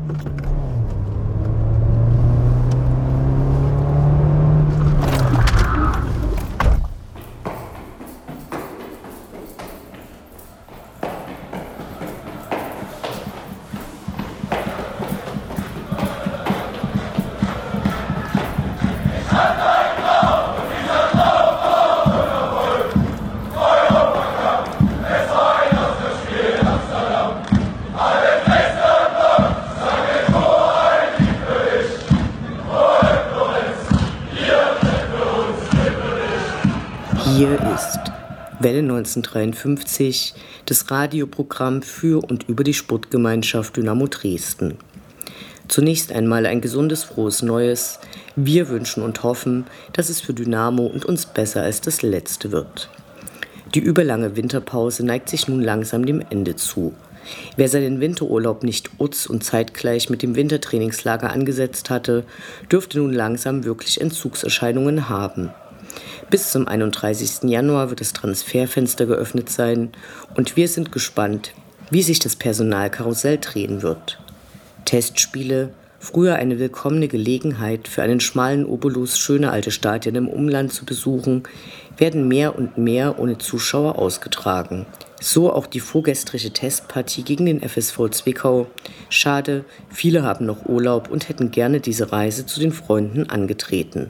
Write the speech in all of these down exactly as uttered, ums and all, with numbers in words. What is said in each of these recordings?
Hier ist Welle neunzehnhundertdreiundfünfzig, das Radioprogramm für und über die Sportgemeinschaft Dynamo Dresden. Zunächst einmal ein gesundes, frohes Neues. Wir wünschen und hoffen, dass es für Dynamo und uns besser als das letzte wird. Die überlange Winterpause neigt sich nun langsam dem Ende zu. Wer seinen Winterurlaub nicht urz- und zeitgleich mit dem Wintertrainingslager angesetzt hatte, dürfte nun langsam wirklich Entzugserscheinungen haben. Bis zum einunddreißigsten Januar wird das Transferfenster geöffnet sein und wir sind gespannt, wie sich das Personalkarussell drehen wird. Testspiele, früher eine willkommene Gelegenheit für einen schmalen Obolus schöne alte Stadien im Umland zu besuchen, werden mehr und mehr ohne Zuschauer ausgetragen. So auch die vorgestrige Testpartie gegen den F S V Zwickau. Schade, viele haben noch Urlaub und hätten gerne diese Reise zu den Freunden angetreten.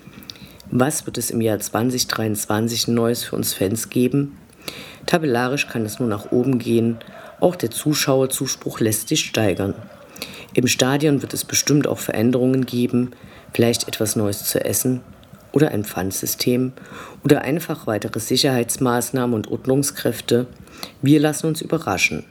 Was wird es im Jahr zwanzig dreiundzwanzig Neues für uns Fans geben? Tabellarisch kann es nur nach oben gehen, auch der Zuschauerzuspruch lässt sich steigern. Im Stadion wird es bestimmt auch Veränderungen geben, vielleicht etwas Neues zu essen oder ein Pfandsystem oder einfach weitere Sicherheitsmaßnahmen und Ordnungskräfte. Wir lassen uns überraschen.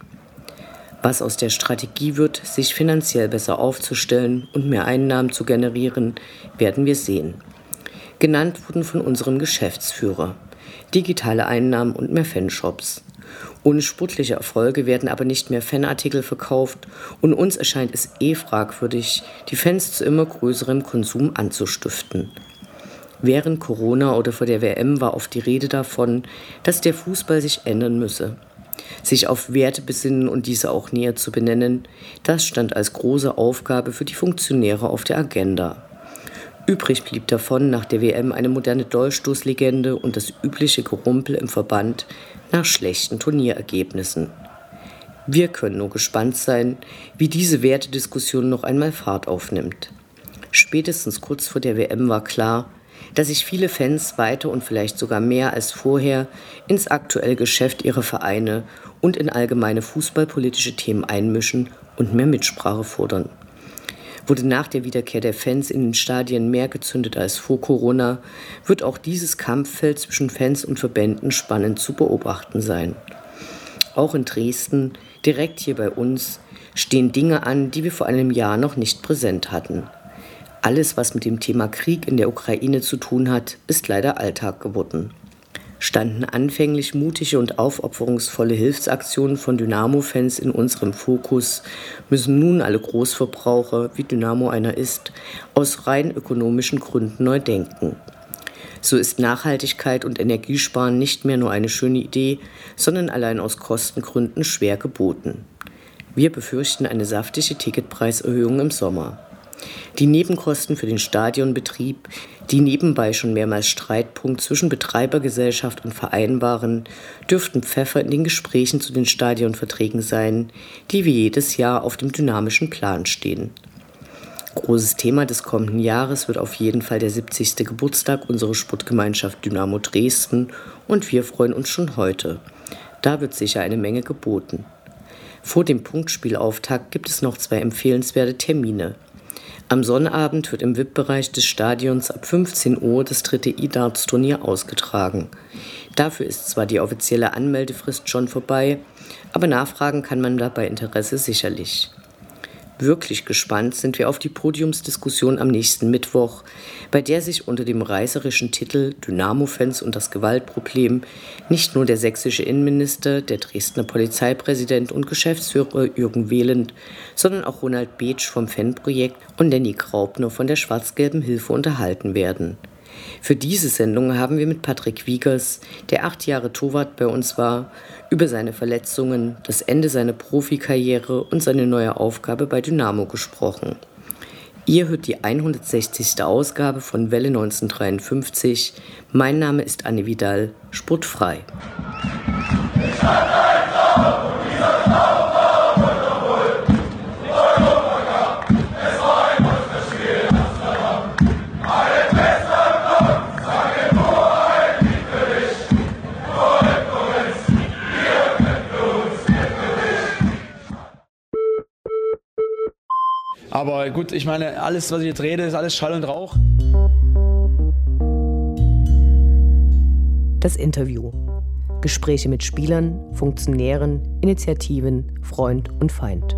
Was aus der Strategie wird, sich finanziell besser aufzustellen und mehr Einnahmen zu generieren, werden wir sehen. Genannt wurden von unserem Geschäftsführer digitale Einnahmen und mehr Fanshops. Ohne sportliche Erfolge werden aber nicht mehr Fanartikel verkauft und uns erscheint es eh fragwürdig, die Fans zu immer größerem Konsum anzustiften. Während Corona oder vor der W M war oft die Rede davon, dass der Fußball sich ändern müsse. Sich auf Werte besinnen und diese auch näher zu benennen, das stand als große Aufgabe für die Funktionäre auf der Agenda. Übrig blieb davon nach der W M eine moderne Dolchstoßlegende und das übliche Gerumpel im Verband nach schlechten Turnierergebnissen. Wir können nur gespannt sein, wie diese Wertediskussion noch einmal Fahrt aufnimmt. Spätestens kurz vor der W M war klar, dass sich viele Fans weiter und vielleicht sogar mehr als vorher ins aktuelle Geschäft ihrer Vereine und in allgemeine fußballpolitische Themen einmischen und mehr Mitsprache fordern. Wurde nach der Wiederkehr der Fans in den Stadien mehr gezündet als vor Corona, wird auch dieses Kampffeld zwischen Fans und Verbänden spannend zu beobachten sein. Auch in Dresden, direkt hier bei uns, stehen Dinge an, die wir vor einem Jahr noch nicht präsent hatten. Alles, was mit dem Thema Krieg in der Ukraine zu tun hat, ist leider Alltag geworden. Standen anfänglich mutige und aufopferungsvolle Hilfsaktionen von Dynamo-Fans in unserem Fokus, müssen nun alle Großverbraucher, wie Dynamo einer ist, aus rein ökonomischen Gründen neu denken. So ist Nachhaltigkeit und Energiesparen nicht mehr nur eine schöne Idee, sondern allein aus Kostengründen schwer geboten. Wir befürchten eine saftige Ticketpreiserhöhung im Sommer. Die Nebenkosten für den Stadionbetrieb, die nebenbei schon mehrmals Streitpunkt zwischen Betreibergesellschaft und Verein waren, dürften Pfeffer in den Gesprächen zu den Stadionverträgen sein, die wie jedes Jahr auf dem dynamischen Plan stehen. Großes Thema des kommenden Jahres wird auf jeden Fall der siebzigste Geburtstag unserer Sportgemeinschaft Dynamo Dresden und wir freuen uns schon heute. Da wird sicher eine Menge geboten. Vor dem Punktspielauftakt gibt es noch zwei empfehlenswerte Termine. Am Sonnabend wird im V I P-Bereich des Stadions ab fünfzehn Uhr das dritte E-Darts-Turnier ausgetragen. Dafür ist zwar die offizielle Anmeldefrist schon vorbei, aber nachfragen kann man da bei Interesse sicherlich. Wirklich gespannt sind wir auf die Podiumsdiskussion am nächsten Mittwoch, bei der sich unter dem reißerischen Titel Dynamo-Fans und das Gewaltproblem nicht nur der sächsische Innenminister, der Dresdner Polizeipräsident und Geschäftsführer Jürgen Wehland, sondern auch Ronald Beetsch vom Fanprojekt und Danny Graupner von der schwarz-gelben Hilfe unterhalten werden. Für diese Sendung haben wir mit Patrick Wiegers, der acht Jahre Torwart bei uns war, über seine Verletzungen, das Ende seiner Profikarriere und seine neue Aufgabe bei Dynamo gesprochen. Ihr hört die hundertsechzigste Ausgabe von Welle neunzehnhundertdreiundfünfzig. Mein Name ist Anne Vidal, sportfrei. Aber gut, ich meine, alles, was ich jetzt rede, ist alles Schall und Rauch. Das Interview. Gespräche mit Spielern, Funktionären, Initiativen, Freund und Feind.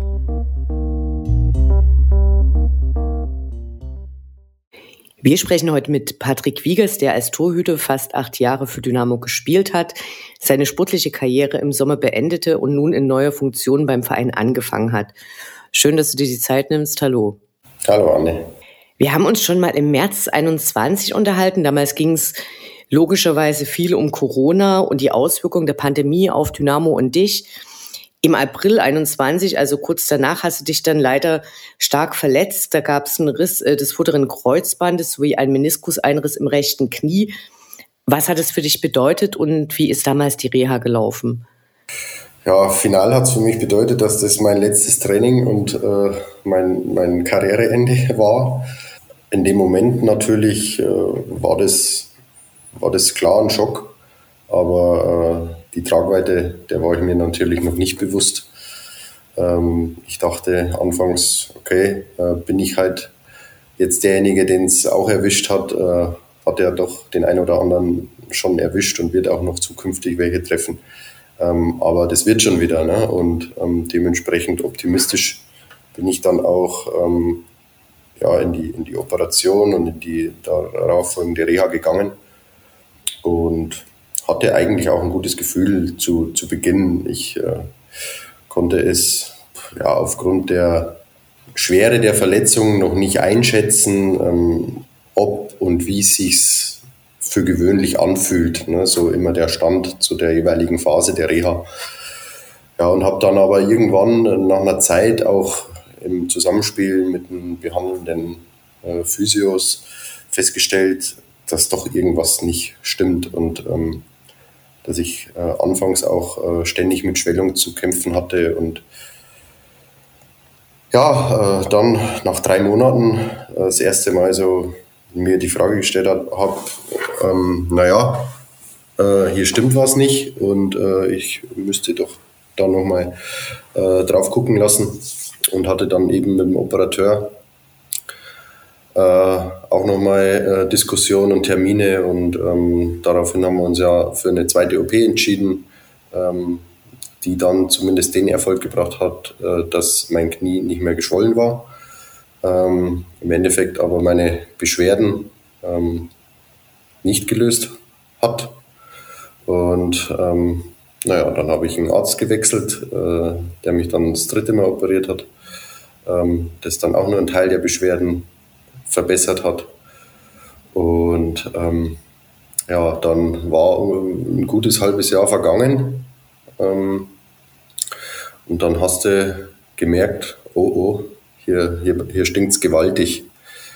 Wir sprechen heute mit Patrick Wiegers, der als Torhüter fast acht Jahre für Dynamo gespielt hat, seine sportliche Karriere im Sommer beendete und nun in neuer Funktion beim Verein angefangen hat. Schön, dass du dir die Zeit nimmst. Hallo. Hallo, Anne. Wir haben uns schon mal im März einundzwanzig unterhalten. Damals ging es logischerweise viel um Corona und die Auswirkungen der Pandemie auf Dynamo und dich. Im April einundzwanzig, also kurz danach, hast du dich dann leider stark verletzt. Da gab es einen Riss äh, des vorderen Kreuzbandes sowie einen Meniskuseinriss im rechten Knie. Was hat es für dich bedeutet und wie ist damals die Reha gelaufen? Ja, final hat es für mich bedeutet, dass das mein letztes Training und äh, mein, mein Karriereende war. In dem Moment natürlich äh, war, das, war das klar ein Schock, aber äh, die Tragweite, der war ich mir natürlich noch nicht bewusst. Ähm, ich dachte anfangs, okay, äh, bin ich halt jetzt derjenige, den es auch erwischt hat, äh, hat er doch den einen oder anderen schon erwischt und wird auch noch zukünftig welche treffen. Ähm, aber das wird schon wieder, ne? Und ähm, dementsprechend optimistisch bin ich dann auch ähm, ja, in, die, in die Operation und in die darauf folgende Reha gegangen und hatte eigentlich auch ein gutes Gefühl zu, zu Beginn. Ich äh, konnte es ja, aufgrund der Schwere der Verletzung noch nicht einschätzen, ähm, ob und wie es sich für gewöhnlich anfühlt, ne? So immer der Stand zu der jeweiligen Phase der Reha. Ja, und habe dann aber irgendwann nach einer Zeit auch im Zusammenspiel mit den behandelnden äh, Physios festgestellt, dass doch irgendwas nicht stimmt und ähm, dass ich äh, anfangs auch äh, ständig mit Schwellung zu kämpfen hatte und ja, äh, dann nach drei Monaten äh, das erste Mal so mir die Frage gestellt habe, ähm, naja, äh, hier stimmt was nicht und äh, ich müsste doch da nochmal äh, drauf gucken lassen und hatte dann eben mit dem Operateur äh, auch nochmal äh, Diskussionen und Termine und ähm, daraufhin haben wir uns ja für eine zweite O P entschieden, ähm, die dann zumindest den Erfolg gebracht hat, äh, dass mein Knie nicht mehr geschwollen war. Ähm, im Endeffekt aber meine Beschwerden ähm, nicht gelöst hat. Und ähm, naja, dann habe ich einen Arzt gewechselt, äh, der mich dann das dritte Mal operiert hat, ähm, das dann auch nur einen Teil der Beschwerden verbessert hat. Und ähm, ja, dann war ein gutes halbes Jahr vergangen. Ähm, und dann hast du gemerkt, oh oh, Hier, hier, hier stinkt es gewaltig.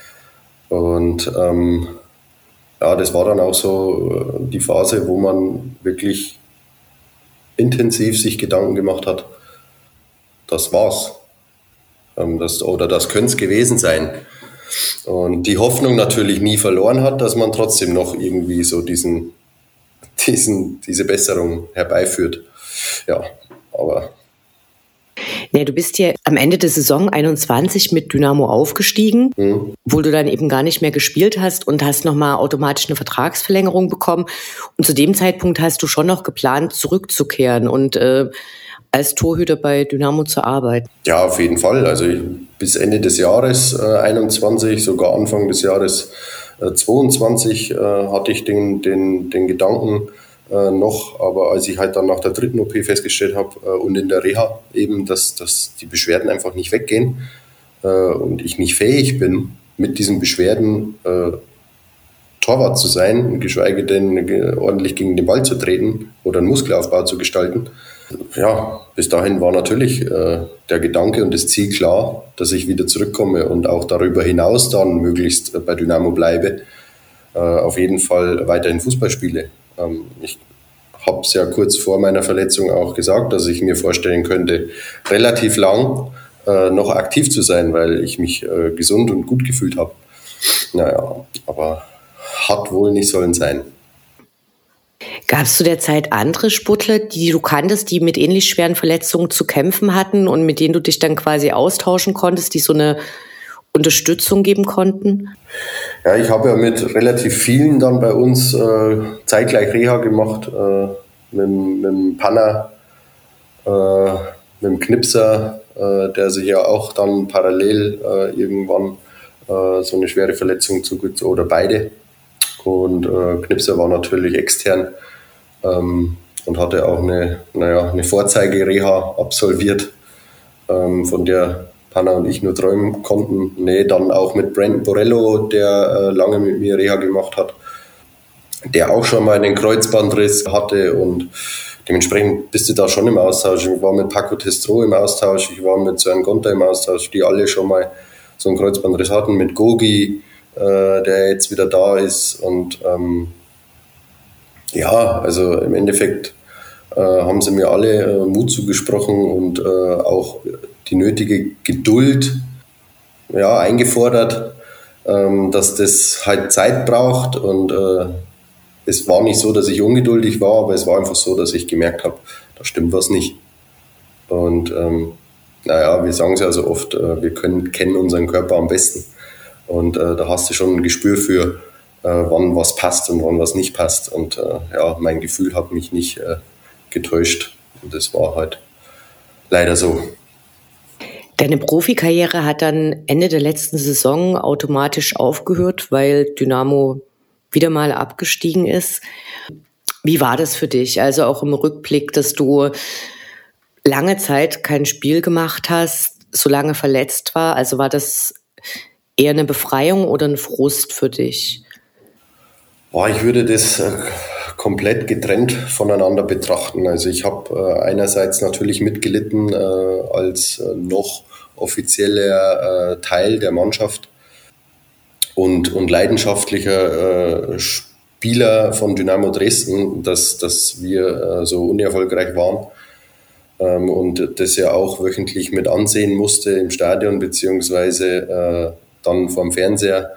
Und ähm, ja, das war dann auch so die Phase, wo man wirklich intensiv sich Gedanken gemacht hat, das war's. Ähm, das, oder das könnte es gewesen sein. Und die Hoffnung natürlich nie verloren hat, dass man trotzdem noch irgendwie so diesen, diesen, diese Besserung herbeiführt. Ja, aber... Nee, du bist ja am Ende der Saison einundzwanzig mit Dynamo aufgestiegen, mhm. obwohl du dann eben gar nicht mehr gespielt hast und hast nochmal automatisch eine Vertragsverlängerung bekommen. Und zu dem Zeitpunkt hast du schon noch geplant, zurückzukehren und äh, als Torhüter bei Dynamo zu arbeiten. Ja, auf jeden Fall. Also ich, bis Ende des Jahres äh, einundzwanzig, sogar Anfang des Jahres äh, zweiundzwanzig äh, hatte ich den, den, den Gedanken, Äh, noch, aber als ich halt dann nach der dritten O P festgestellt habe äh, und in der Reha eben, dass, dass die Beschwerden einfach nicht weggehen äh, und ich nicht fähig bin, mit diesen Beschwerden äh, Torwart zu sein, geschweige denn ordentlich gegen den Ball zu treten oder einen Muskelaufbau zu gestalten. Ja, bis dahin war natürlich äh, der Gedanke und das Ziel klar, dass ich wieder zurückkomme und auch darüber hinaus dann möglichst äh, bei Dynamo bleibe, äh, auf jeden Fall weiterhin Fußball spiele. Ähm, ich habe es ja kurz vor meiner Verletzung auch gesagt, dass ich mir vorstellen könnte, relativ lang äh, noch aktiv zu sein, weil ich mich äh, gesund und gut gefühlt habe. Naja, aber hat wohl nicht sollen sein. Gab es zu der Zeit andere Sportler, die du kanntest, die mit ähnlich schweren Verletzungen zu kämpfen hatten und mit denen du dich dann quasi austauschen konntest, die so eine Unterstützung geben konnten? Ja, ich habe ja mit relativ vielen dann bei uns äh, zeitgleich Reha gemacht, äh, mit, mit dem Panner, äh, mit dem Knipser, äh, der sich ja auch dann parallel äh, irgendwann äh, so eine schwere Verletzung zugezogen, oder beide. Und äh, Knipser war natürlich extern ähm, und hatte auch eine, naja, eine Vorzeige-Reha absolviert, ähm, von der Panna und ich nur träumen konnten. Nee, dann auch mit Brandon Borello, der äh, lange mit mir Reha gemacht hat, der auch schon mal einen Kreuzbandriss hatte, und dementsprechend bist du da schon im Austausch. Ich war mit Paco Testro im Austausch, ich war mit Sören Gonter im Austausch, die alle schon mal so einen Kreuzbandriss hatten, mit Gogi, äh, der jetzt wieder da ist. Und ähm, ja, also im Endeffekt äh, haben sie mir alle äh, Mut zugesprochen und äh, auch die nötige Geduld ja, eingefordert, ähm, dass das halt Zeit braucht. Und äh, es war nicht so, dass ich ungeduldig war, aber es war einfach so, dass ich gemerkt habe, da stimmt was nicht. Und ähm, naja, wir sagen es ja so oft, äh, wir können, kennen unseren Körper am besten. Und äh, da hast du schon ein Gespür für, äh, wann was passt und wann was nicht passt. Und äh, ja, mein Gefühl hat mich nicht äh, getäuscht. Und das war halt leider so. Deine Profikarriere hat dann Ende der letzten Saison automatisch aufgehört, weil Dynamo wieder mal abgestiegen ist. Wie war das für dich? Also auch im Rückblick, dass du lange Zeit kein Spiel gemacht hast, so lange verletzt war. Also war das eher eine Befreiung oder ein Frust für dich? Boah, ich würde das äh, komplett getrennt voneinander betrachten. Also ich habe äh, einerseits natürlich mitgelitten äh, als äh, noch offizieller äh, Teil der Mannschaft und, und leidenschaftlicher äh, Spieler von Dynamo Dresden, dass, dass wir äh, so unerfolgreich waren. Ähm, und das ja auch wöchentlich mit ansehen musste im Stadion, beziehungsweise äh, dann vorm Fernseher.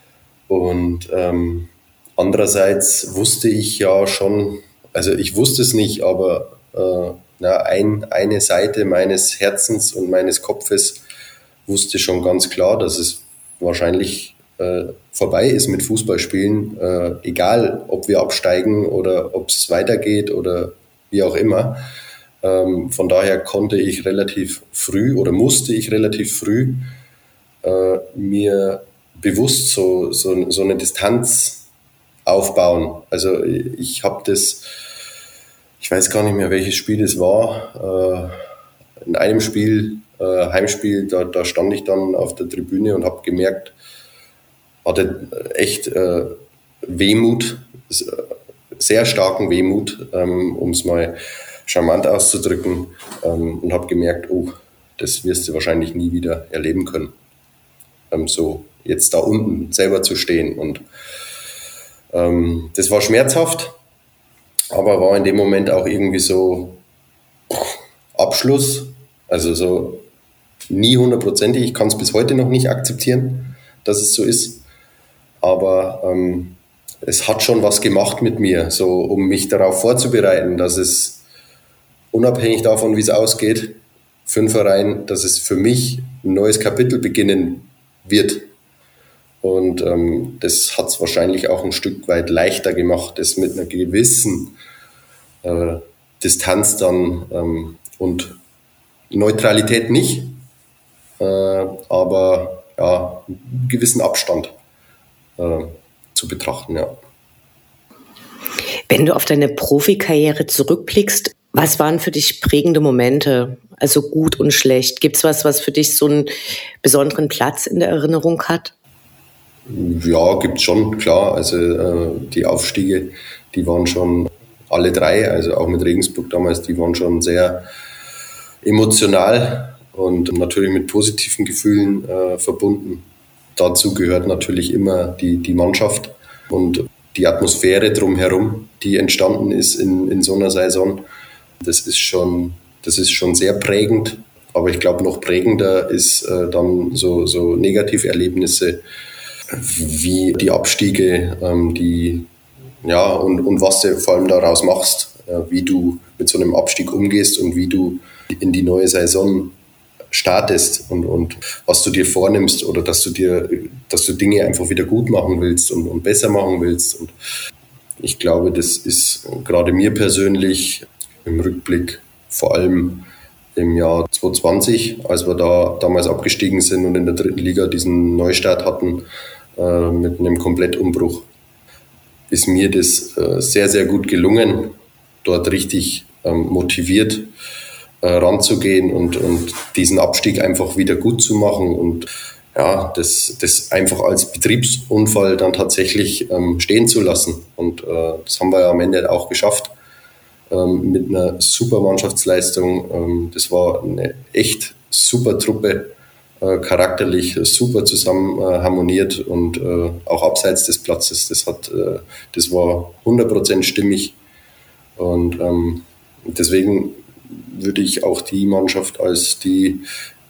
Und ähm, andererseits wusste ich ja schon, also ich wusste es nicht, aber äh, na, ein, eine Seite meines Herzens und meines Kopfes wusste schon ganz klar, dass es wahrscheinlich äh, vorbei ist mit Fußballspielen, äh, egal ob wir absteigen oder ob es weitergeht oder wie auch immer. Ähm, von daher konnte ich relativ früh oder musste ich relativ früh äh, mir bewusst so, so, so eine Distanz aufbauen. Also ich habe das, ich weiß gar nicht mehr, welches Spiel es war. Äh, in einem Spiel, äh, Heimspiel, da, da stand ich dann auf der Tribüne und habe gemerkt, hatte echt äh, Wehmut, sehr starken Wehmut, ähm, um es mal charmant auszudrücken, ähm, und habe gemerkt, oh, das wirst du wahrscheinlich nie wieder erleben können. Ähm, so jetzt da unten selber zu stehen. Und ähm, das war schmerzhaft, aber war in dem Moment auch irgendwie so Abschluss, also so nie hundertprozentig. Ich kann es bis heute noch nicht akzeptieren, dass es so ist. Aber ähm, es hat schon was gemacht mit mir, so um mich darauf vorzubereiten, dass es unabhängig davon, wie es ausgeht, für den Verein, dass es für mich ein neues Kapitel beginnen wird. Und ähm, das hat es wahrscheinlich auch ein Stück weit leichter gemacht, das mit einer gewissen äh, Distanz dann ähm, und Neutralität nicht, äh, aber ja, einen gewissen Abstand äh, zu betrachten, ja. Wenn du auf deine Profikarriere zurückblickst, was waren für dich prägende Momente, also gut und schlecht? Gibt es was, was für dich so einen besonderen Platz in der Erinnerung hat? Ja, gibt's schon, klar. Also äh, die Aufstiege, die waren schon alle drei, also auch mit Regensburg damals, die waren schon sehr emotional und natürlich mit positiven Gefühlen äh, verbunden. Dazu gehört natürlich immer die, die Mannschaft und die Atmosphäre drumherum, die entstanden ist in, in so einer Saison. Das ist schon, das ist schon sehr prägend. Aber ich glaube, noch prägender ist äh, dann so, so Negativerlebnisse wie die Abstiege, ähm, die, ja, und, und was du vor allem daraus machst, äh, wie du mit so einem Abstieg umgehst und wie du in die neue Saison startest und, und was du dir vornimmst oder dass du dir, dass du Dinge einfach wieder gut machen willst und, und besser machen willst. Und ich glaube, das ist gerade mir persönlich im Rückblick, vor allem im Jahr zwanzig zwanzig, als wir da damals abgestiegen sind und in der dritten Liga diesen Neustart hatten, äh, mit einem Komplettumbruch, ist mir das äh, sehr, sehr gut gelungen, dort richtig ähm, motiviert äh, ranzugehen und, und diesen Abstieg einfach wieder gut zu machen und ja, das, das einfach als Betriebsunfall dann tatsächlich ähm, stehen zu lassen. Und äh, das haben wir ja am Ende auch geschafft. Ähm, mit einer super Mannschaftsleistung. Ähm, das war eine echt super Truppe, äh, charakterlich super zusammen äh, harmoniert und äh, auch abseits des Platzes. Das, hat, äh, das war hundert Prozent stimmig und ähm, deswegen würde ich auch die Mannschaft als die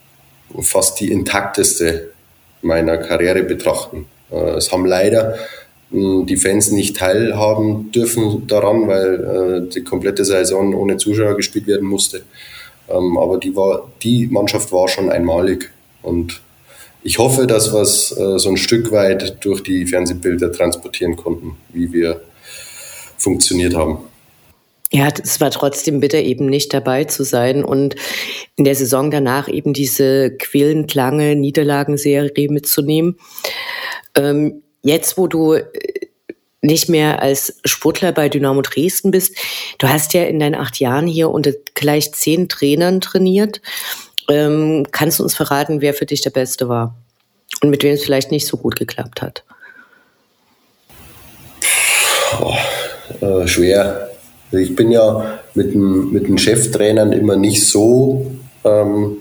fast die intakteste meiner Karriere betrachten. Äh, es haben leider die Fans nicht teilhaben dürfen daran, weil äh, die komplette Saison ohne Zuschauer gespielt werden musste. Ähm, aber die, war, die Mannschaft war schon einmalig. Und ich hoffe, dass wir es äh, so ein Stück weit durch die Fernsehbilder transportieren konnten, wie wir funktioniert haben. Ja, es war trotzdem bitter, eben nicht dabei zu sein und in der Saison danach eben diese quälend lange Niederlagenserie mitzunehmen. Ähm, Jetzt, wo du nicht mehr als Sportler bei Dynamo Dresden bist, du hast ja in deinen acht Jahren hier unter gleich zehn Trainern trainiert. Ähm, kannst du uns verraten, wer für dich der Beste war und mit wem es vielleicht nicht so gut geklappt hat? Oh, äh, schwer. Ich bin ja mit den, mit den Cheftrainern immer nicht so ähm,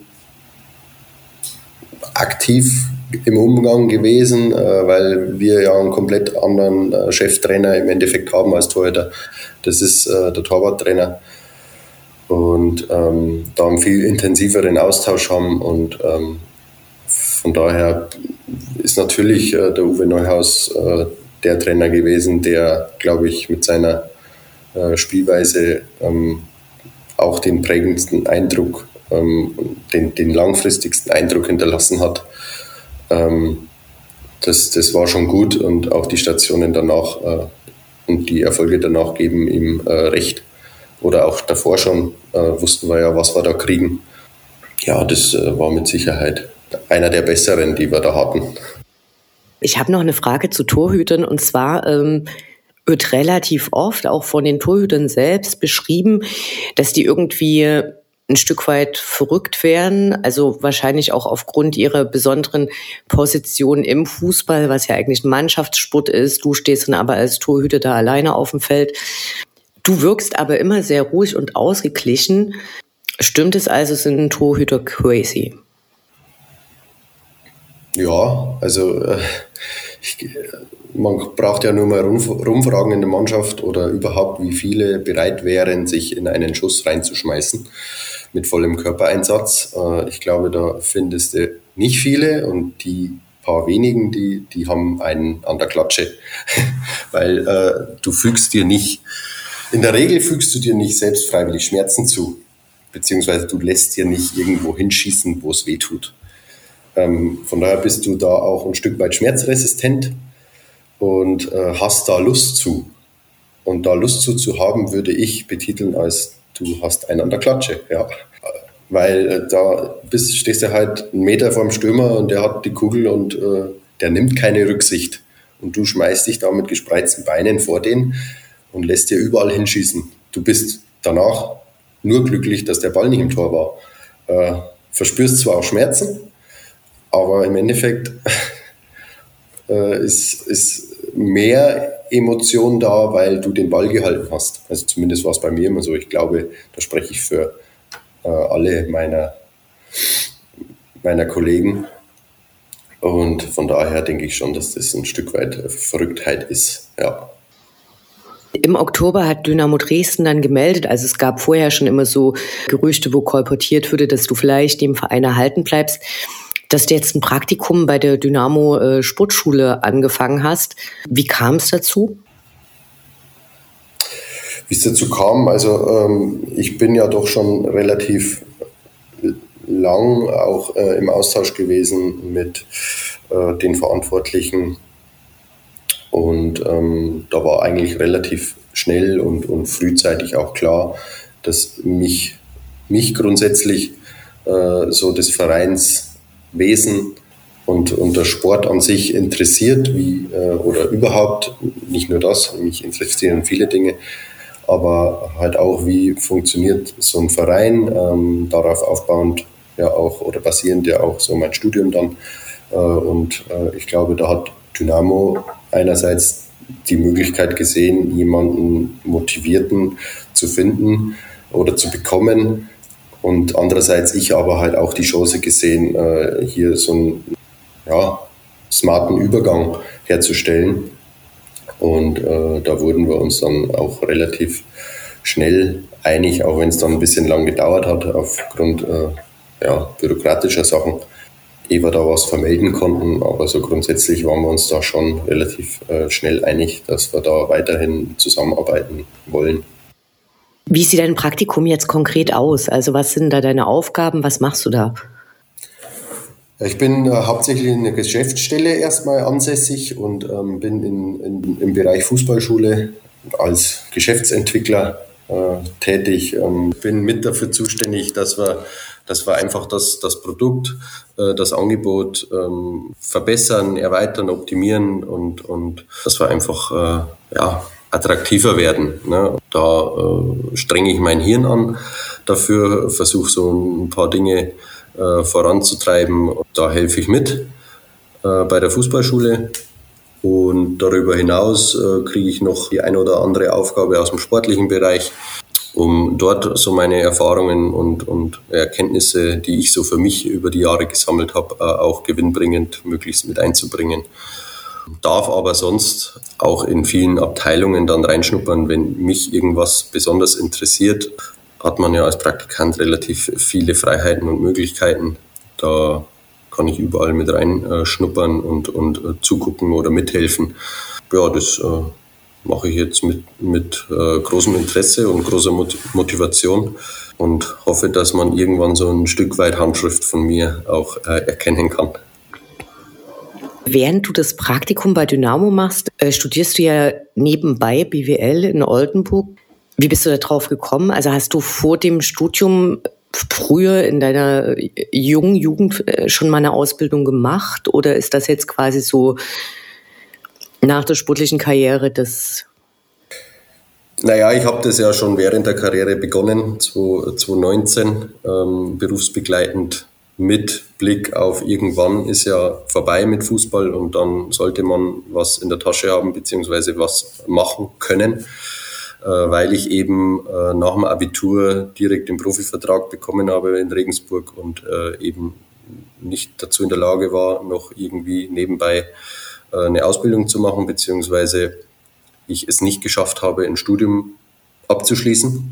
aktiv im Umgang gewesen, äh, weil wir ja einen komplett anderen äh, Cheftrainer im Endeffekt haben als Torhüter. Das ist äh, der Torwarttrainer. Und ähm, da einen viel intensiveren Austausch haben. Und ähm, von daher ist natürlich äh, der Uwe Neuhaus äh, der Trainer gewesen, der, glaube ich, mit seiner äh, Spielweise ähm, auch den prägendsten Eindruck, ähm, den, den langfristigsten Eindruck hinterlassen hat. Das, das war schon gut und auch die Stationen danach äh, und die Erfolge danach geben ihm äh, recht. Oder auch davor schon äh, wussten wir ja, was wir da kriegen. Ja, das äh, war mit Sicherheit einer der besseren, die wir da hatten. Ich habe noch eine Frage zu Torhütern und zwar ähm, wird relativ oft auch von den Torhütern selbst beschrieben, dass die irgendwie ein Stück weit verrückt werden, also wahrscheinlich auch aufgrund ihrer besonderen Position im Fußball, was ja eigentlich ein Mannschaftssport ist. Du stehst dann aber als Torhüter da alleine auf dem Feld. Du wirkst aber immer sehr ruhig und ausgeglichen. Stimmt es also, sind Torhüter crazy? Ja, also äh, ich, man braucht ja nur mal rumfragen in der Mannschaft oder überhaupt, wie viele bereit wären, sich in einen Schuss reinzuschmeißen mit vollem Körpereinsatz. Ich glaube, da findest du nicht viele und die paar wenigen, die, die haben einen an der Klatsche, weil äh, du fügst dir nicht, in der Regel fügst du dir nicht selbst freiwillig Schmerzen zu, beziehungsweise du lässt dir nicht irgendwo hinschießen, wo es weh tut. Ähm, von daher bist du da auch ein Stück weit schmerzresistent und äh, hast da Lust zu. Und da Lust zu, zu haben, würde ich betiteln als du hast einen an der Klatsche, ja. Weil äh, da bist, stehst du halt einen Meter vor dem Stürmer und der hat die Kugel und äh, der nimmt keine Rücksicht. Und du schmeißt dich da mit gespreizten Beinen vor den und lässt dir überall hinschießen. Du bist danach nur glücklich, dass der Ball nicht im Tor war. Äh, verspürst zwar auch Schmerzen, aber im Endeffekt äh, ist, ist mehr Emotion da, weil du den Ball gehalten hast. Also zumindest war es bei mir immer so. Ich glaube, da spreche ich für äh, alle meiner, meiner Kollegen. Und von daher denke ich schon, dass das ein Stück weit Verrücktheit ist. Ja. Im Oktober hat Dynamo Dresden dann gemeldet, also es gab vorher schon immer so Gerüchte, wo kolportiert wurde, dass du vielleicht dem Verein erhalten bleibst, dass du jetzt ein Praktikum bei der Dynamo äh, Sportschule angefangen hast. Wie kam es dazu? Wie es dazu kam, also ähm, ich bin ja doch schon relativ lang auch äh, im Austausch gewesen mit äh, den Verantwortlichen. Und ähm, da war eigentlich relativ schnell und, und frühzeitig auch klar, dass mich, mich grundsätzlich äh, so das Vereinswesen und, und der Sport an sich interessiert, wie, äh, oder überhaupt, nicht nur das, mich interessieren viele Dinge, aber halt auch, wie funktioniert so ein Verein, ähm, darauf aufbauend ja auch oder basierend ja auch so mein Studium dann. Äh, und äh, ich glaube, da hat Dynamo einerseits die Möglichkeit gesehen, jemanden Motivierten zu finden oder zu bekommen, und andererseits ich aber halt auch die Chance gesehen, hier so einen ja, smarten Übergang herzustellen, und äh, da wurden wir uns dann auch relativ schnell einig, auch wenn es dann ein bisschen lang gedauert hat aufgrund äh, ja, bürokratischer Sachen, ehe wir da was vermelden konnten, aber so grundsätzlich waren wir uns da schon relativ äh, schnell einig, dass wir da weiterhin zusammenarbeiten wollen. Wie sieht dein Praktikum jetzt konkret aus? Also was sind da deine Aufgaben? Was machst du da? Ich bin äh, hauptsächlich in der Geschäftsstelle erstmal ansässig und ähm, bin in, in, im Bereich Fußballschule als Geschäftsentwickler äh, tätig. Ähm, bin mit dafür zuständig, dass wir, dass wir einfach das, das Produkt, äh, das Angebot ähm, verbessern, erweitern, optimieren und, und dass wir einfach äh, ja, attraktiver werden. Ne? Da äh, strenge ich mein Hirn an dafür, versuche so ein paar Dinge äh, voranzutreiben. Da helfe ich mit äh, bei der Fußballschule. Und darüber hinaus äh, kriege ich noch die eine oder andere Aufgabe aus dem sportlichen Bereich, um dort so meine Erfahrungen und, und Erkenntnisse, die ich so für mich über die Jahre gesammelt habe, äh, auch gewinnbringend möglichst mit einzubringen. Darf aber sonst auch in vielen Abteilungen dann reinschnuppern, wenn mich irgendwas besonders interessiert. Hat man ja als Praktikant relativ viele Freiheiten und Möglichkeiten. Da kann ich überall mit reinschnuppern und, und äh, zugucken oder mithelfen. Ja, das äh, mache ich jetzt mit, mit äh, großem Interesse und großer Mot- Motivation und hoffe, dass man irgendwann so ein Stück weit Handschrift von mir auch äh, erkennen kann. Während du das Praktikum bei Dynamo machst, äh, studierst du ja nebenbei B W L in Oldenburg. Wie bist du da drauf gekommen? Also hast du vor dem Studium früher in deiner jungen Jugend schon mal eine Ausbildung gemacht, oder ist das jetzt quasi so nach der sportlichen Karriere das? Naja, ich habe das ja schon während der Karriere begonnen, zwanzig neunzehn, ähm, berufsbegleitend mit Blick auf irgendwann ist ja vorbei mit Fußball und dann sollte man was in der Tasche haben beziehungsweise was machen können, äh, weil ich eben äh, nach dem Abitur direkt den Profivertrag bekommen habe in Regensburg und äh, eben nicht dazu in der Lage war, noch irgendwie nebenbei äh, eine Ausbildung zu machen, beziehungsweise ich es nicht geschafft habe, ein Studium abzuschließen.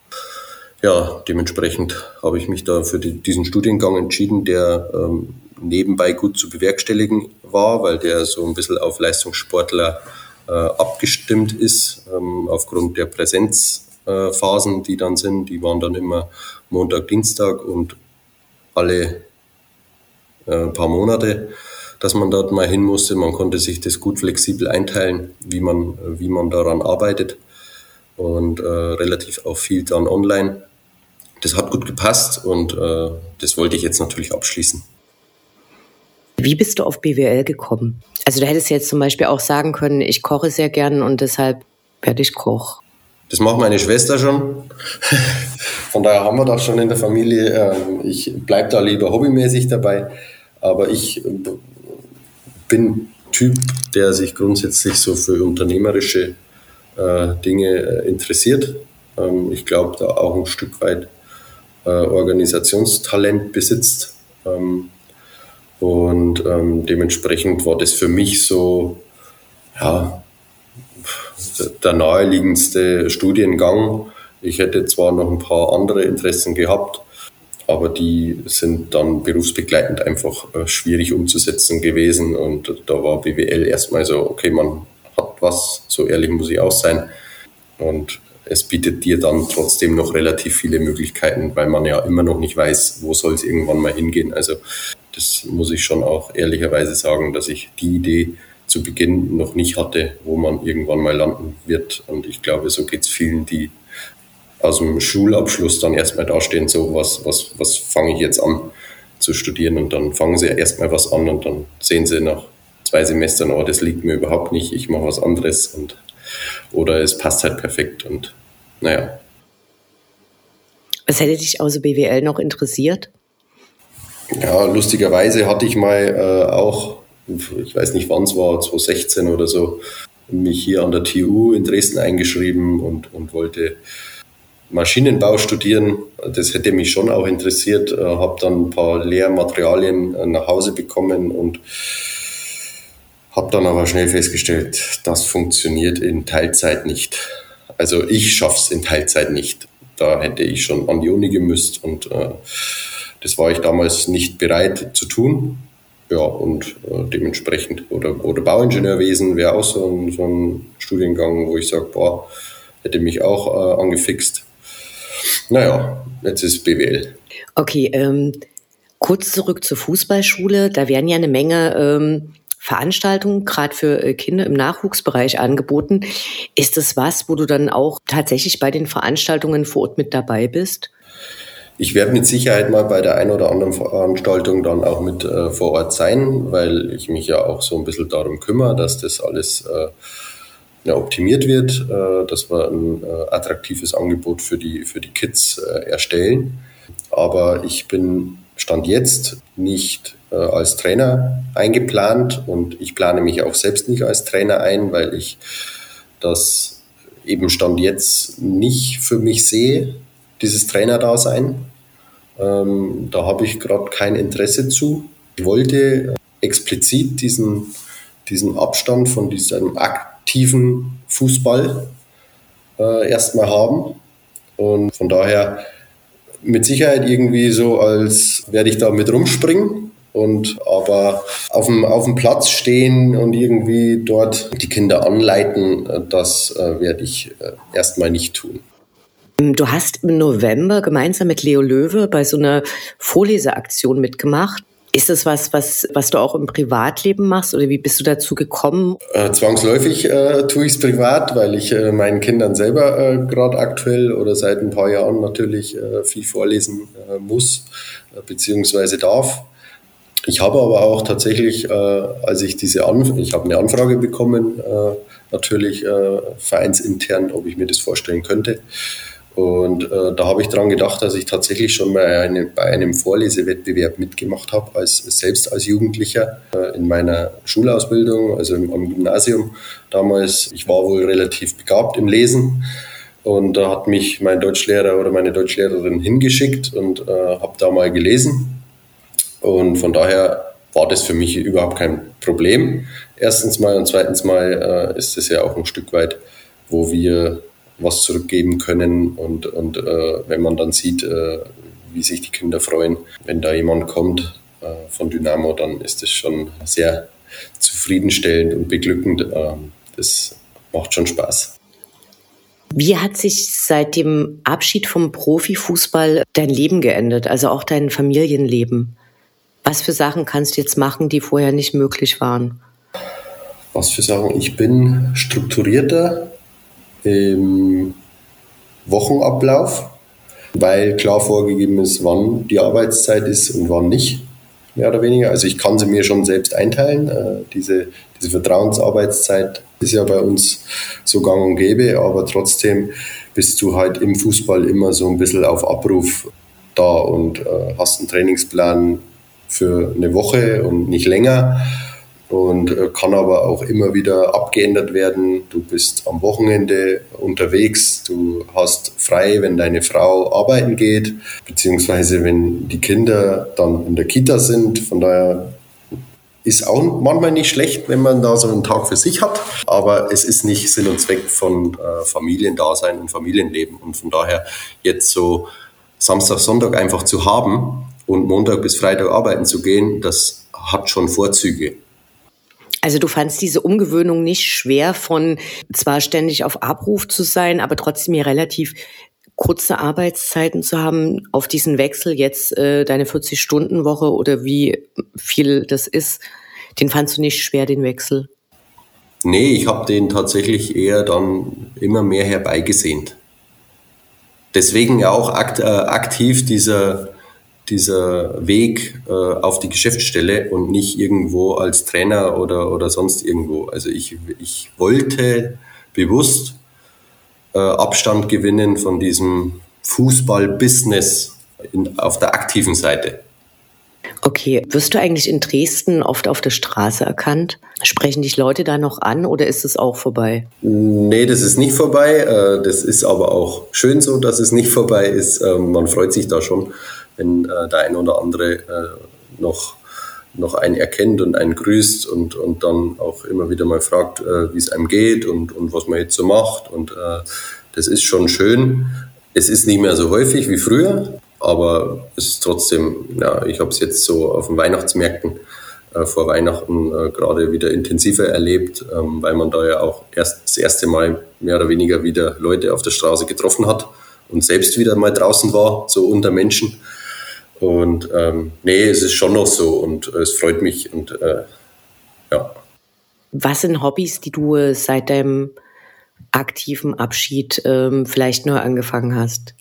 Ja, dementsprechend habe ich mich da für die, diesen Studiengang entschieden, der ähm, nebenbei gut zu bewerkstelligen war, weil der so ein bisschen auf Leistungssportler äh, abgestimmt ist, ähm, aufgrund der Präsenzphasen, äh, die dann sind. Die waren dann immer Montag, Dienstag und alle äh, paar Monate, dass man dort mal hin musste. Man konnte sich das gut flexibel einteilen, wie man, wie man daran arbeitet und äh, relativ auch viel dann online. Das hat gut gepasst und äh, das wollte ich jetzt natürlich abschließen. Wie bist du auf B W L gekommen? Also du hättest jetzt zum Beispiel auch sagen können, ich koche sehr gern und deshalb werde ich Koch. Das macht meine Schwester schon. Von daher haben wir das schon in der Familie. Ich bleibe da lieber hobbymäßig dabei. Aber ich bin Typ, der sich grundsätzlich so für unternehmerische äh, Dinge äh, interessiert. Ähm, ich glaube, da auch ein Stück weit äh, Organisationstalent besitzt. Ähm, und ähm, dementsprechend war das für mich so, ja, der naheliegendste Studiengang. Ich hätte zwar noch ein paar andere Interessen gehabt, aber die sind dann berufsbegleitend einfach äh, schwierig umzusetzen gewesen. Und da war B W L erstmal so, okay, man hat was, so ehrlich muss ich auch sein. Und es bietet dir dann trotzdem noch relativ viele Möglichkeiten, weil man ja immer noch nicht weiß, wo soll es irgendwann mal hingehen. Also das muss ich schon auch ehrlicherweise sagen, dass ich die Idee zu Beginn noch nicht hatte, wo man irgendwann mal landen wird. Und ich glaube, so geht es vielen, die aus dem Schulabschluss dann erstmal dastehen, so was, was, was fange ich jetzt an zu studieren, und dann fangen sie erstmal was an und dann sehen sie nach zwei Semestern, oh, das liegt mir überhaupt nicht, ich mache was anderes, und oder es passt halt perfekt, und naja. Was hätte dich außer B W L noch interessiert? Ja, lustigerweise hatte ich mal äh, auch, ich weiß nicht wann es war, zwanzig sechzehn oder so, mich hier an der T U in Dresden eingeschrieben und, und wollte Maschinenbau studieren. Das hätte mich schon auch interessiert. Habe dann ein paar Lehrmaterialien nach Hause bekommen und habe dann aber schnell festgestellt, das funktioniert in Teilzeit nicht. Also ich schaffe es in Teilzeit nicht. Da hätte ich schon an die Uni gemüsst, und äh, das war ich damals nicht bereit zu tun. Ja, und äh, dementsprechend, oder, oder Bauingenieurwesen wäre auch so ein, so ein Studiengang, wo ich sage, boah, hätte mich auch äh, angefixt. Naja, jetzt ist B W L. Okay, ähm, kurz zurück zur Fußballschule. Da werden ja eine Menge ähm, Veranstaltungen gerade für äh, Kinder im Nachwuchsbereich angeboten. Ist das was, wo du dann auch tatsächlich bei den Veranstaltungen vor Ort mit dabei bist? Ich werde mit Sicherheit mal bei der einen oder anderen Veranstaltung dann auch mit äh, vor Ort sein, weil ich mich ja auch so ein bisschen darum kümmere, dass das alles äh, ja, optimiert wird, äh, dass wir ein äh, attraktives Angebot für die, für die Kids äh, erstellen. Aber ich bin Stand jetzt nicht äh, als Trainer eingeplant, und ich plane mich auch selbst nicht als Trainer ein, weil ich das eben Stand jetzt nicht für mich sehe, dieses Trainerdasein. Ähm, da habe ich gerade kein Interesse zu. Ich wollte explizit diesen, diesen Abstand von diesem aktiven Fußball äh, erstmal haben. Und von daher mit Sicherheit irgendwie so, als werde ich da mit rumspringen. Und aber auf dem, auf dem Platz stehen und irgendwie dort die Kinder anleiten, das äh, werde ich äh, erstmal nicht tun. Du hast im November gemeinsam mit Leo Löwe bei so einer Vorleseaktion mitgemacht. Ist das was, was, was du auch im Privatleben machst, oder wie bist du dazu gekommen? Äh, zwangsläufig äh, tue ich es privat, weil ich äh, meinen Kindern selber äh, gerade aktuell oder seit ein paar Jahren natürlich äh, viel vorlesen äh, muss äh, beziehungsweise darf. Ich habe aber auch tatsächlich, äh, als ich diese Anf- ich habe eine Anfrage bekommen, äh, natürlich äh, vereinsintern, ob ich mir das vorstellen könnte. Und äh, da habe ich dran gedacht, dass ich tatsächlich schon mal eine, bei einem Vorlesewettbewerb mitgemacht habe, als, selbst als Jugendlicher äh, in meiner Schulausbildung, also im, am Gymnasium damals. Ich war wohl relativ begabt im Lesen, und da hat mich mein Deutschlehrer oder meine Deutschlehrerin hingeschickt und äh, habe da mal gelesen. Und von daher war das für mich überhaupt kein Problem. Erstens mal, und zweitens mal äh, ist es ja auch ein Stück weit, wo wir was zurückgeben können, und, und äh, wenn man dann sieht, äh, wie sich die Kinder freuen, wenn da jemand kommt äh, von Dynamo, dann ist das schon sehr zufriedenstellend und beglückend. Äh, das macht schon Spaß. Wie hat sich seit dem Abschied vom Profifußball dein Leben geändert, also auch dein Familienleben? Was für Sachen kannst du jetzt machen, die vorher nicht möglich waren? Was für Sachen? Ich bin strukturierter im Wochenablauf, weil klar vorgegeben ist, wann die Arbeitszeit ist und wann nicht, mehr oder weniger. Also ich kann sie mir schon selbst einteilen. Äh, diese, diese Vertrauensarbeitszeit ist ja bei uns so gang und gäbe, aber trotzdem bist du halt im Fußball immer so ein bisschen auf Abruf da und äh, hast einen Trainingsplan für eine Woche und nicht länger. und kann aber auch immer wieder abgeändert werden. Du bist am Wochenende unterwegs, du hast frei, wenn deine Frau arbeiten geht, beziehungsweise wenn die Kinder dann in der Kita sind. Von daher ist auch manchmal nicht schlecht, wenn man da so einen Tag für sich hat, aber es ist nicht Sinn und Zweck von äh, Familiendasein und Familienleben. Und von daher jetzt so Samstag, Sonntag einfach zu haben und Montag bis Freitag arbeiten zu gehen, das hat schon Vorzüge. Also du fandst diese Umgewöhnung nicht schwer, von zwar ständig auf Abruf zu sein, aber trotzdem hier relativ kurze Arbeitszeiten zu haben, auf diesen Wechsel jetzt äh, deine vierzig-Stunden-Woche oder wie viel das ist, den fandst du nicht schwer, den Wechsel? Nee, ich habe den tatsächlich eher dann immer mehr herbeigesehnt. Deswegen ja auch akt, äh, aktiv dieser dieser Weg äh, auf die Geschäftsstelle und nicht irgendwo als Trainer oder, oder sonst irgendwo. Also ich, ich wollte bewusst äh, Abstand gewinnen von diesem Fußball-Business in, auf der aktiven Seite. Okay, wirst du eigentlich in Dresden oft auf der Straße erkannt? Sprechen dich Leute da noch an oder ist es auch vorbei? Nee, das ist nicht vorbei. Äh, das ist aber auch schön so, dass es nicht vorbei ist. Äh, man freut sich da schon, wenn äh, der ein oder andere äh, noch, noch einen erkennt und einen grüßt und, und dann auch immer wieder mal fragt, äh, wie es einem geht und, und was man jetzt so macht. Und äh, das ist schon schön. Es ist nicht mehr so häufig wie früher, aber es ist trotzdem, ja, ich habe es jetzt so auf den Weihnachtsmärkten äh, vor Weihnachten äh, gerade wieder intensiver erlebt, ähm, weil man da ja auch erst das erste Mal mehr oder weniger wieder Leute auf der Straße getroffen hat und selbst wieder mal draußen war, so unter Menschen. Und ähm, nee, es ist schon noch so und äh, es freut mich und äh, ja. Was sind Hobbys, die du seit deinem aktiven Abschied ähm, vielleicht neu angefangen hast?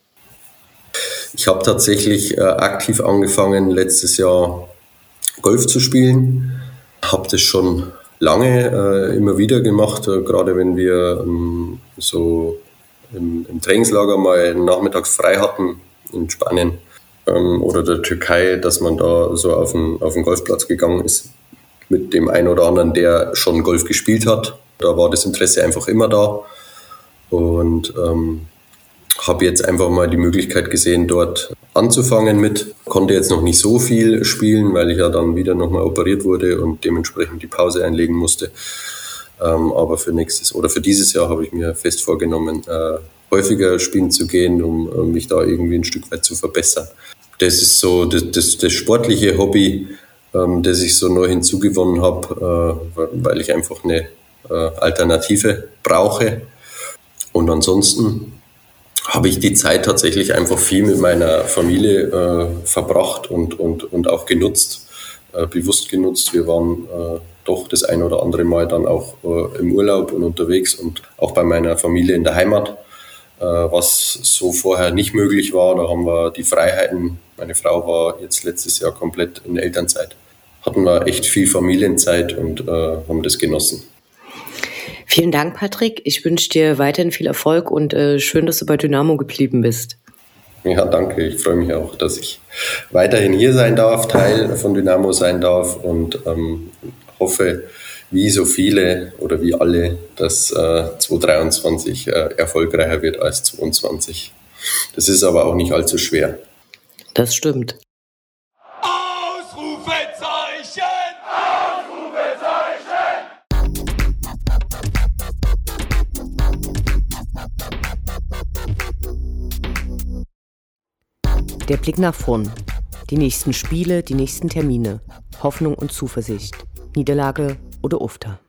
Ich habe tatsächlich äh, aktiv angefangen, letztes Jahr Golf zu spielen. Habe das schon lange äh, immer wieder gemacht, äh, gerade wenn wir ähm, so im, im Trainingslager mal nachmittags frei hatten in Spanien oder der Türkei, dass man da so auf den, auf den Golfplatz gegangen ist mit dem einen oder anderen, der schon Golf gespielt hat. Da war das Interesse einfach immer da und ähm, habe jetzt einfach mal die Möglichkeit gesehen, dort anzufangen mit. Konnte jetzt noch nicht so viel spielen, weil ich ja dann wieder nochmal operiert wurde und dementsprechend die Pause einlegen musste. Ähm, aber für nächstes oder für dieses Jahr habe ich mir fest vorgenommen, äh, häufiger spielen zu gehen, um, um mich da irgendwie ein Stück weit zu verbessern. Das ist so das, das, das sportliche Hobby, ähm, das ich so neu hinzugewonnen habe, äh, weil ich einfach eine äh, Alternative brauche. Und ansonsten habe ich die Zeit tatsächlich einfach viel mit meiner Familie äh, verbracht und, und, und auch genutzt, äh, bewusst genutzt. Wir waren äh, doch das ein oder andere Mal dann auch äh, im Urlaub und unterwegs und auch bei meiner Familie in der Heimat, äh, was so vorher nicht möglich war. Da haben wir die Freiheiten. Meine Frau war jetzt letztes Jahr komplett in Elternzeit. Hatten wir echt viel Familienzeit und äh, haben das genossen. Vielen Dank, Patrick. Ich wünsche dir weiterhin viel Erfolg und äh, schön, dass du bei Dynamo geblieben bist. Ja, danke. Ich freue mich auch, dass ich weiterhin hier sein darf, Teil von Dynamo sein darf und ähm, hoffe, wie so viele oder wie alle, dass äh, zwanzig dreiundzwanzig äh, erfolgreicher wird als zweiundzwanzig. Das ist aber auch nicht allzu schwer. Das stimmt. Ausrufezeichen! Der Blick nach vorn. Die nächsten Spiele, die nächsten Termine. Hoffnung und Zuversicht. Niederlage oder Ufter.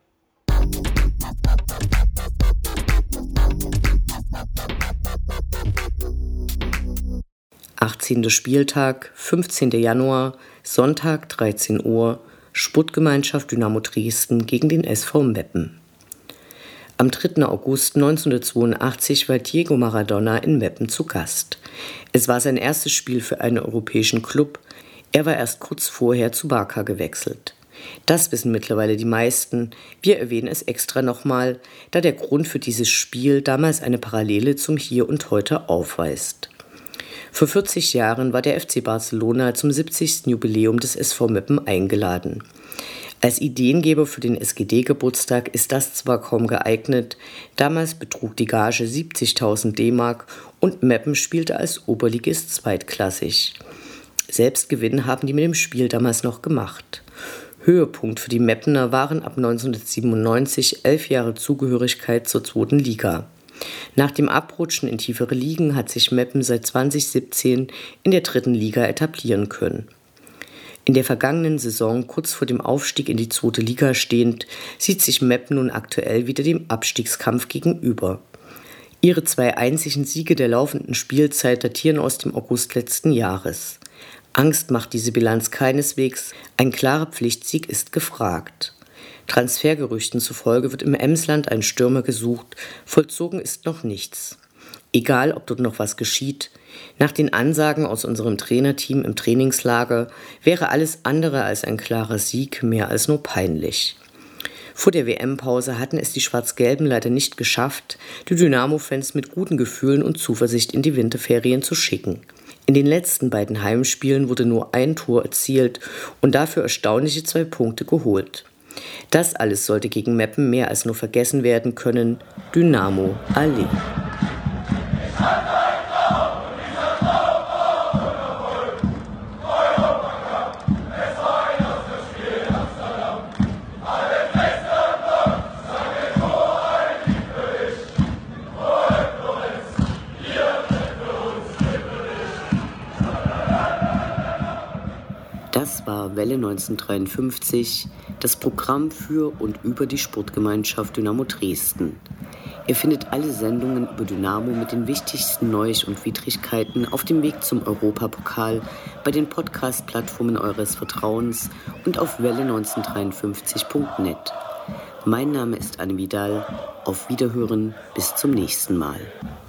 achtzehnter Spieltag, fünfzehnter Januar, Sonntag, dreizehn Uhr, Sportgemeinschaft Dynamo Dresden gegen den S V Meppen. Am dritten August neunzehnhundertzweiundachtzig war Diego Maradona in Meppen zu Gast. Es war sein erstes Spiel für einen europäischen Klub. Er war erst kurz vorher zu Barca gewechselt. Das wissen mittlerweile die meisten. Wir erwähnen es extra nochmal, da der Grund für dieses Spiel damals eine Parallele zum Hier und Heute aufweist. Vor vierzig Jahren war der F C Barcelona zum siebzigsten Jubiläum des S V Meppen eingeladen. Als Ideengeber für den S G D-Geburtstag ist das zwar kaum geeignet, damals betrug die Gage siebzigtausend D-Mark und Meppen spielte als Oberligist zweitklassig. Selbstgewinn haben die mit dem Spiel damals noch gemacht. Höhepunkt für die Meppener waren ab neunzehnhundertsiebenundneunzig elf Jahre Zugehörigkeit zur zweiten Liga. Nach dem Abrutschen in tiefere Ligen hat sich Meppen seit zweitausendsiebzehn in der dritten Liga etablieren können. In der vergangenen Saison, kurz vor dem Aufstieg in die zweite Liga stehend, sieht sich Meppen nun aktuell wieder dem Abstiegskampf gegenüber. Ihre zwei einzigen Siege der laufenden Spielzeit datieren aus dem August letzten Jahres. Angst macht diese Bilanz keineswegs, ein klarer Pflichtsieg ist gefragt. Transfergerüchten zufolge wird im Emsland ein Stürmer gesucht, vollzogen ist noch nichts. Egal, ob dort noch was geschieht, nach den Ansagen aus unserem Trainerteam im Trainingslager wäre alles andere als ein klarer Sieg mehr als nur peinlich. Vor der W M-Pause hatten es die Schwarz-Gelben leider nicht geschafft, die Dynamo-Fans mit guten Gefühlen und Zuversicht in die Winterferien zu schicken. In den letzten beiden Heimspielen wurde nur ein Tor erzielt und dafür erstaunliche zwei Punkte geholt. Das alles sollte gegen Meppen mehr als nur vergessen werden können. Dynamo Allee. Das war Welle neunzehnhundertdreiundfünfzig, das Programm für und über die Sportgemeinschaft Dynamo Dresden. Ihr findet alle Sendungen über Dynamo mit den wichtigsten Neuigkeiten und Widrigkeiten auf dem Weg zum Europapokal bei den Podcast-Plattformen eures Vertrauens und auf welle neunzehnhundertdreiundfünfzig punkt net. Mein Name ist Anne Vidal. Auf Wiederhören, bis zum nächsten Mal.